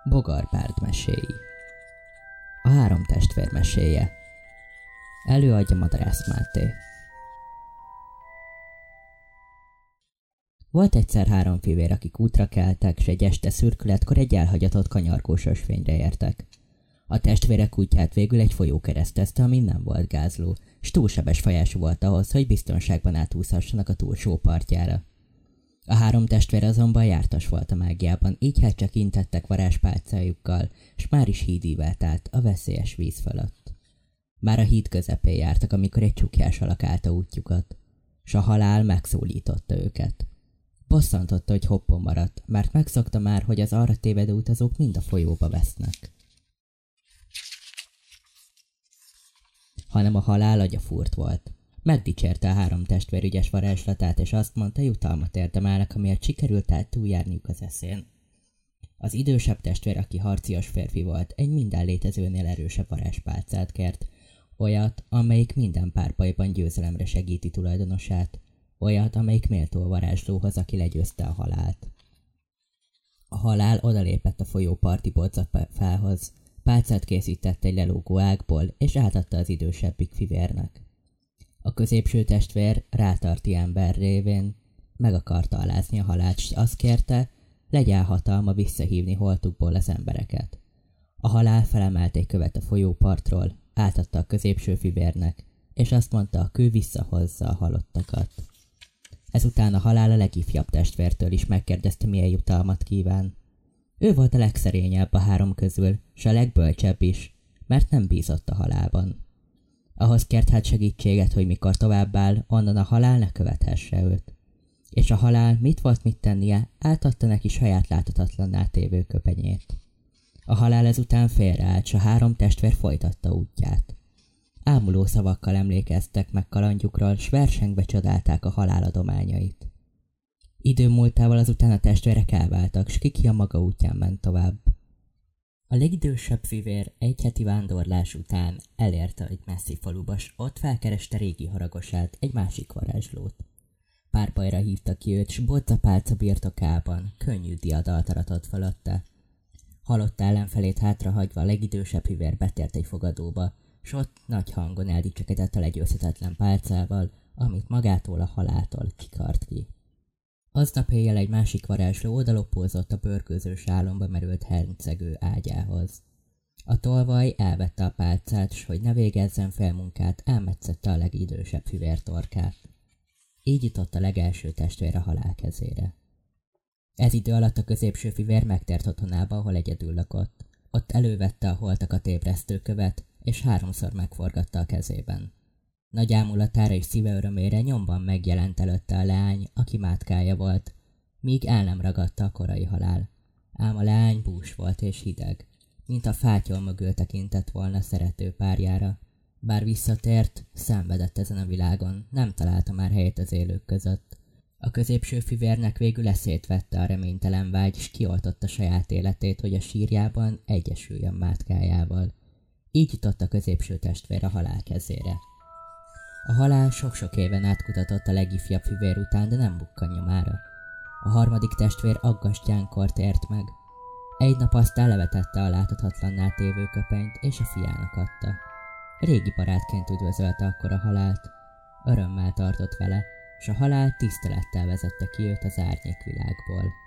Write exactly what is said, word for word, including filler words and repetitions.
Bogarbárd meséi. A három testvér meséje. Előadja Madarász Máté. Volt egyszer három fivér, akik útra keltek, s egy este szürkületkor egy elhagyatott kanyargós ösvényre értek. A testvérek útját végül egy folyó keresztezte, amin nem volt gázló, s túl sebes folyású volt ahhoz, hogy biztonságban átúszhassanak a túlsó partjára. A három testvér azonban jártas volt a mágiában, így hát csak intettek varázspálcájukkal, s már is híd ívelt át a veszélyes víz fölött. Már a híd közepén jártak, amikor egy csukjás alak állta útjukat, s a halál megszólította őket. Bosszantotta, hogy hoppon maradt, mert megszokta már, hogy az arra tévedő utazók mind a folyóba vesznek. Hanem a halál agyafúrt volt. Megdicsérte a három testvér ügyes varázslatát, és azt mondta, jutalmat érdemelnek, amiért sikerült át túljárniuk az eszén. Az idősebb testvér, aki harcias férfi volt, egy minden létezőnél erősebb varázspálcát kért, olyat, amelyik minden párbajban győzelemre segíti tulajdonosát, olyat, amelyik méltó a varázslóhoz, aki legyőzte a halált. A halál odalépett a folyó parti bodzafához, pálcát készített egy lelógó ágból, és átadta az idősebbik fivérnek. A középső testvér rátarti ember révén meg akarta alázni a halált, s azt kérte, legyen hatalma visszahívni holtukból az embereket. A halál felemelt egy követ a folyópartról, átadta a középső fivérnek, és azt mondta, a kő visszahozza a halottakat. Ezután a halál a legifjabb testvértől is megkérdezte, milyen jutalmat kíván. Ő volt a legszerényebb a három közül, s a legbölcsebb is, mert nem bízott a halálban. Ahhoz kért hát segítséget, hogy mikor továbbáll, onnan a halál ne követhesse őt. És a halál mit volt mit tennie, átadta neki saját láthatatlanná tévő köpenyét. A halál ezután félreállt, s a három testvér folytatta útját. Ámuló szavakkal emlékeztek meg kalandjukról, s versengve csodálták a halál adományait. Idő múltával azután a testvérek elváltak, s kiki a maga útján ment tovább. A legidősebb fivér egy heti vándorlás után elérte egy messzi faluba, s ott felkereste régi haragosát, egy másik varázslót. Párbajra hívta ki őt, s bodzapálca birtokában könnyű diadalt aratott fölötte. Halott ellenfelét hátrahagyva a legidősebb fivér betért egy fogadóba, s ott nagy hangon eldicsekedett a legyőzhetetlen pálcával, amit magától a haláltól kikart ki. Aznap éjjel egy másik varázsló odalopózott a bőrkőzős álomba merült hercegő ágyához. A tolvaj elvette a pálcát, s hogy ne végezzen fel munkát, elmetszette a legidősebb fivér torkát. Így jutott a legelső testvér a halál kezére. Ez idő alatt a középső fivér megtért otthonába, ahol egyedül lakott. Ott elővette a holtakat ébresztő követ, és háromszor megforgatta a kezében. Nagy ámulatára és szíve örömére nyomban megjelent előtte a leány, aki mátkája volt, míg el nem ragadta a korai halál. Ám a leány bús volt és hideg, mint a fátyol mögül tekintett volna szerető párjára. Bár visszatért, szenvedett ezen a világon, nem találta már helyet az élők között. A középső fivérnek végül eszét vette a reménytelen vágy, s kioltotta saját életét, hogy a sírjában egyesüljön mátkájával. Így jutott a középső testvér a halál kezére. A halál sok-sok éven átkutatott a legifjabb fivér után, de nem bukkan nyomára. A harmadik testvér aggastyánkor tért meg. Egy nap aztán levetette a láthatatlanná tévő köpenyt, és a fiának adta. Régi barátként üdvözölte akkor a halált. Örömmel tartott vele, s a halál tisztelettel vezette ki őt az árnyékvilágból.